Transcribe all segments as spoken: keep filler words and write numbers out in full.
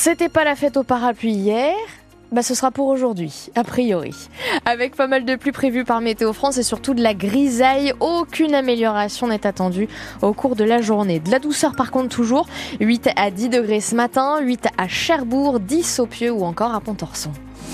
C'était pas la fête au parapluie hier, bah ce sera pour aujourd'hui, a priori. Avec pas mal de pluie prévues par Météo France et surtout de la grisaille, aucune amélioration n'est attendue au cours de la journée. De la douceur par contre toujours, huit à dix degrés ce matin, huit à Cherbourg, dix au Pieux ou encore à Pontorson.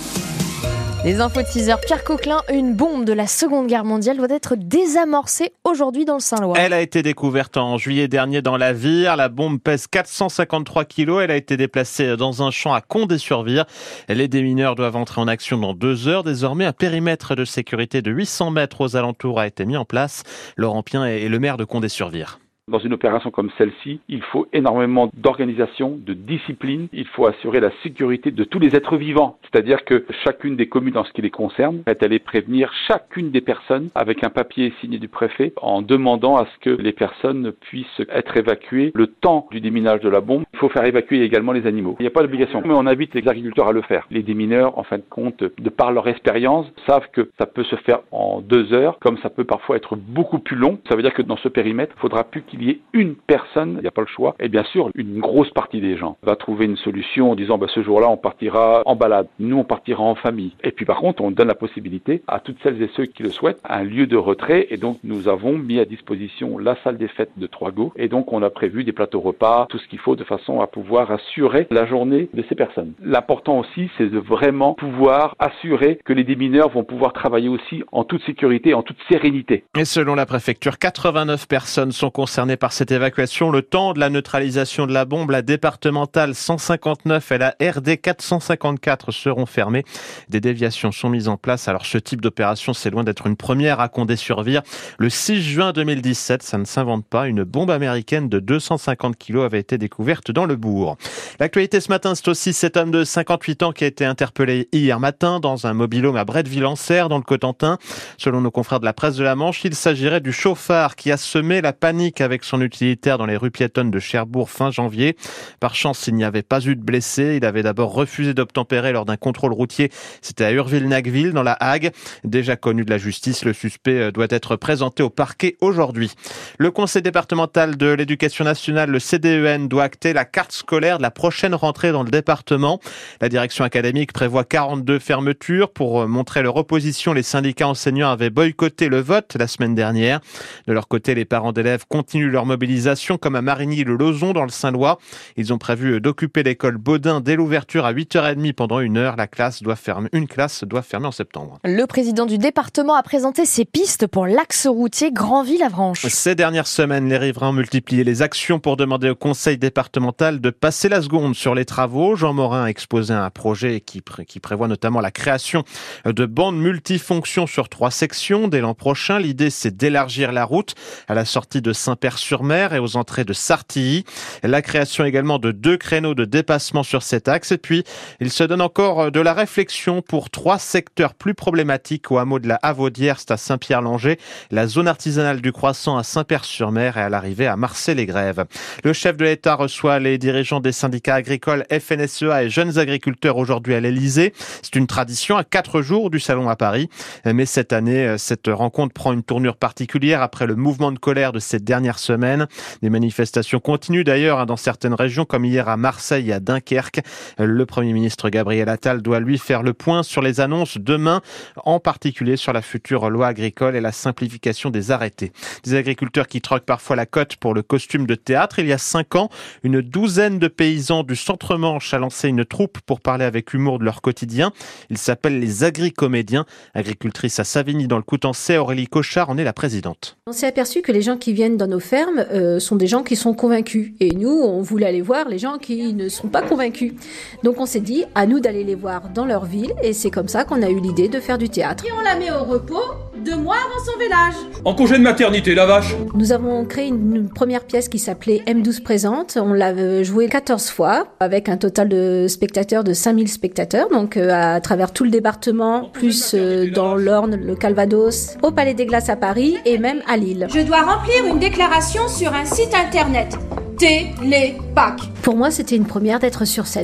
Les infos de six heures, Pierre Coquelin, une bombe de la Seconde Guerre mondiale doit être désamorcée aujourd'hui dans le Saint-Lois. Elle a été découverte en juillet dernier dans la Vire. La bombe pèse quatre cent cinquante-trois kilos. Elle a été déplacée dans un champ à Condé-sur-Vire. Les démineurs doivent entrer en action dans deux heures. Désormais, un périmètre de sécurité de huit cents mètres aux alentours a été mis en place. Laurent Pien est le maire de Condé-sur-Vire. Dans une opération comme celle-ci, il faut énormément d'organisation, de discipline. Il faut assurer la sécurité de tous les êtres vivants. C'est-à-dire que chacune des communes, en ce qui les concerne, est allée prévenir chacune des personnes avec un papier signé du préfet en demandant à ce que les personnes puissent être évacuées le temps du déminage de la bombe. Il faut faire évacuer également les animaux. Il n'y a pas d'obligation, mais on invite les agriculteurs à le faire. Les démineurs, en fin de compte, de par leur expérience, savent que ça peut se faire en deux heures, comme ça peut parfois être beaucoup plus long. Ça veut dire que dans ce périmètre, il faudra plus qu'il il y ait une personne, il n'y a pas le choix, et bien sûr, une grosse partie des gens va trouver une solution en disant bah, ce jour-là, on partira en balade, nous, on partira en famille. Et puis par contre, on donne la possibilité à toutes celles et ceux qui le souhaitent un lieu de retrait, et donc nous avons mis à disposition la salle des fêtes de Troisgau, et donc on a prévu des plateaux repas, tout ce qu'il faut de façon à pouvoir assurer la journée de ces personnes. L'important aussi, c'est de vraiment pouvoir assurer que les démineurs vont pouvoir travailler aussi en toute sécurité, en toute sérénité. Et selon la préfecture, quatre-vingt-neuf personnes sont concernées par cette évacuation. Le temps de la neutralisation de la bombe, la départementale cent cinquante-neuf et la R D quatre cent cinquante-quatre seront fermées. Des déviations sont mises en place. Alors ce type d'opération, c'est loin d'être une première à Condé-sur-Vire. Le six juin deux mille dix-sept, ça ne s'invente pas, une bombe américaine de deux cent cinquante kilos avait été découverte dans le bourg. L'actualité ce matin, c'est aussi cet homme de cinquante-huit ans qui a été interpellé hier matin dans un mobil-home à Bretteville-en-Serre, dans le Cotentin. Selon nos confrères de la presse de la Manche, il s'agirait du chauffard qui a semé la panique avec son utilitaire dans les rues piétonnes de Cherbourg fin janvier. Par chance, il n'y avait pas eu de blessés. Il avait d'abord refusé d'obtempérer lors d'un contrôle routier. C'était à Urville-Nacqueville, dans la Hague. Déjà connu de la justice, le suspect doit être présenté au parquet aujourd'hui. Le conseil départemental de l'éducation nationale, le C D E N, doit acter la carte scolaire de la prochaine rentrée dans le département. La direction académique prévoit quarante-deux fermetures. Pour montrer leur opposition, les syndicats enseignants avaient boycotté le vote la semaine dernière. De leur côté, les parents d'élèves continuent leur mobilisation, comme à Marigny-le-Lauzon dans le Saint-Lois. Ils ont prévu d'occuper l'école Baudin dès l'ouverture à huit heures trente pendant une heure. La classe doit fermer, une classe doit fermer en septembre. Le président du département a présenté ses pistes pour l'axe routier Granville-Avranches. Ces dernières semaines, les riverains ont multiplié les actions pour demander au conseil départemental de passer la seconde sur les travaux. Jean Morin a exposé un projet qui, pré- qui prévoit notamment la création de bandes multifonctions sur trois sections. Dès l'an prochain, l'idée c'est d'élargir la route à la sortie de Saint-Père-sur-Mer et aux entrées de Sartilly. La création également de deux créneaux de dépassement sur cet axe. Et puis, il se donne encore de la réflexion pour trois secteurs plus problématiques au hameau de la Havaudière, c'est à Saint-Pierre-Langer, la zone artisanale du Croissant à Saint-Père-sur-Mer et à l'arrivée à Marseille-les-Grèves. Le chef de l'État reçoit les dirigeants des syndicats agricoles F N S E A et jeunes agriculteurs aujourd'hui à l'Élysée. C'est une tradition à quatre jours du salon à Paris. Mais cette année, cette rencontre prend une tournure particulière après le mouvement de colère de ces dernières semaines. Des manifestations continuent d'ailleurs dans certaines régions, comme hier à Marseille et à Dunkerque. Le Premier ministre Gabriel Attal doit lui faire le point sur les annonces demain, en particulier sur la future loi agricole et la simplification des arrêtés. Des agriculteurs qui troquent parfois la cote pour le costume de théâtre. Il y a cinq ans, une douzaine de paysans du Centre-Manche a lancé une troupe pour parler avec humour de leur quotidien. Ils s'appellent les agricomédiens. Agricultrice à Savigny dans le Coutançais, Aurélie Cochard en est la présidente. On s'est aperçu que les gens qui viennent dans nos fermes euh, sont des gens qui sont convaincus. Et nous, on voulait aller voir les gens qui ne sont pas convaincus. Donc on s'est dit, à nous d'aller les voir dans leur ville. Et c'est comme ça qu'on a eu l'idée de faire du théâtre. Et on la met au repos deux mois avant son village. En congé de maternité, la vache. Nous avons créé une, une première pièce qui s'appelait M douze Présente. On l'a jouée quatorze fois, avec un total de spectateurs de cinq mille spectateurs. Donc euh, à travers tout le département, plus euh, dans l'Orne, le Calvados, au Palais des Glaces à Paris et même à Lille. Je dois remplir une déclaration sur un site internet. Télépac. Pour moi, c'était une première d'être sur scène.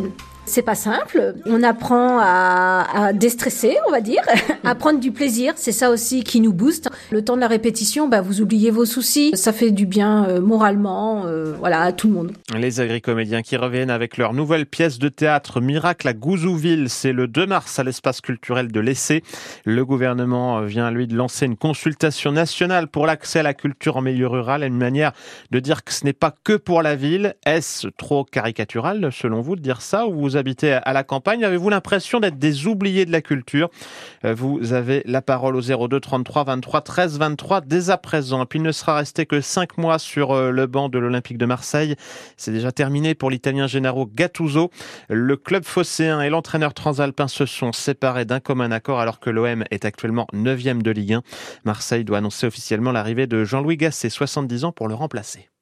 C'est pas simple. On apprend à, à déstresser, on va dire, à prendre du plaisir. C'est ça aussi qui nous booste. Le temps de la répétition, bah, vous oubliez vos soucis. Ça fait du bien euh, moralement, euh, voilà, à tout le monde. Les agricomédiens qui reviennent avec leur nouvelle pièce de théâtre Miracle à Gouzouville. C'est le deux mars à l'espace culturel de l'Essai. Le gouvernement vient, lui, de lancer une consultation nationale pour l'accès à la culture en milieu rural. Une manière de dire que ce n'est pas que pour la ville. Est-ce trop caricatural, selon vous, de dire ça, ou vous habitez à la campagne? Avez-vous l'impression d'être des oubliés de la culture? Vous avez la parole au zéro deux trente-trois vingt-trois treize vingt-trois dès à présent. Et puis il ne sera resté que cinq mois sur le banc de l'Olympique de Marseille. C'est déjà terminé pour l'Italien Gennaro Gattuso. Le club phocéen et l'entraîneur transalpin se sont séparés d'un commun accord alors que l'O M est actuellement neuvième de Ligue un. Marseille doit annoncer officiellement l'arrivée de Jean-Louis Gasset, soixante-dix ans, pour le remplacer.